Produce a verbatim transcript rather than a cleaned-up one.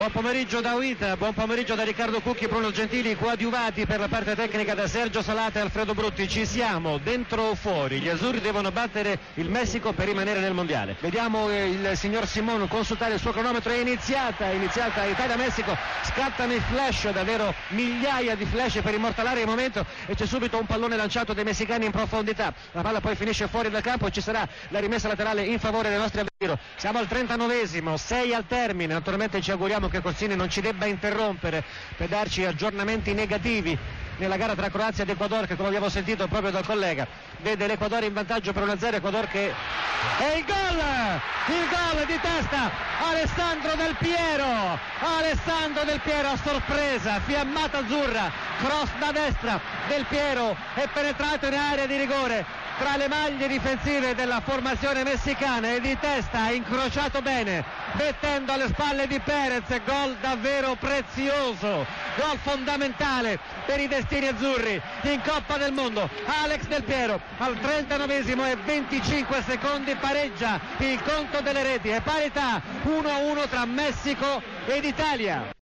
Buon pomeriggio da Uita, buon pomeriggio da Riccardo Cucchi, Bruno Gentili, coadiuvati per la parte tecnica da Sergio Salata e Alfredo Brutti. Ci siamo, dentro o fuori, gli azzurri devono battere il Messico per rimanere nel mondiale. Vediamo eh, il signor Simone consultare il suo cronometro, è iniziata, è iniziata Italia-Messico, scattano i flash, davvero migliaia di flash per immortalare il momento e c'è subito un pallone lanciato dai messicani in profondità. La palla poi finisce fuori dal campo e ci sarà la rimessa laterale in favore dei nostri avversari. Siamo al trentanovesimo, sei al termine, naturalmente ci auguriamo che Corsini non ci debba interrompere per darci aggiornamenti negativi nella gara tra Croazia ed Ecuador, che come abbiamo sentito proprio dal collega vede l'Ecuador in vantaggio per uno a zero. Ecuador che è il gol il gol di testa Alessandro Del Piero Alessandro Del Piero a sorpresa, fiammata azzurra, cross da destra, Del Piero è penetrato in area di rigore tra le maglie difensive della formazione messicana e di testa ha incrociato bene, mettendo alle spalle di Perez. Gol davvero prezioso, gol fondamentale per i destini azzurri in Coppa del Mondo. Alex Del Piero al trentanovesimo e venticinque secondi pareggia il conto delle reti, è parità uno a uno tra Messico ed Italia.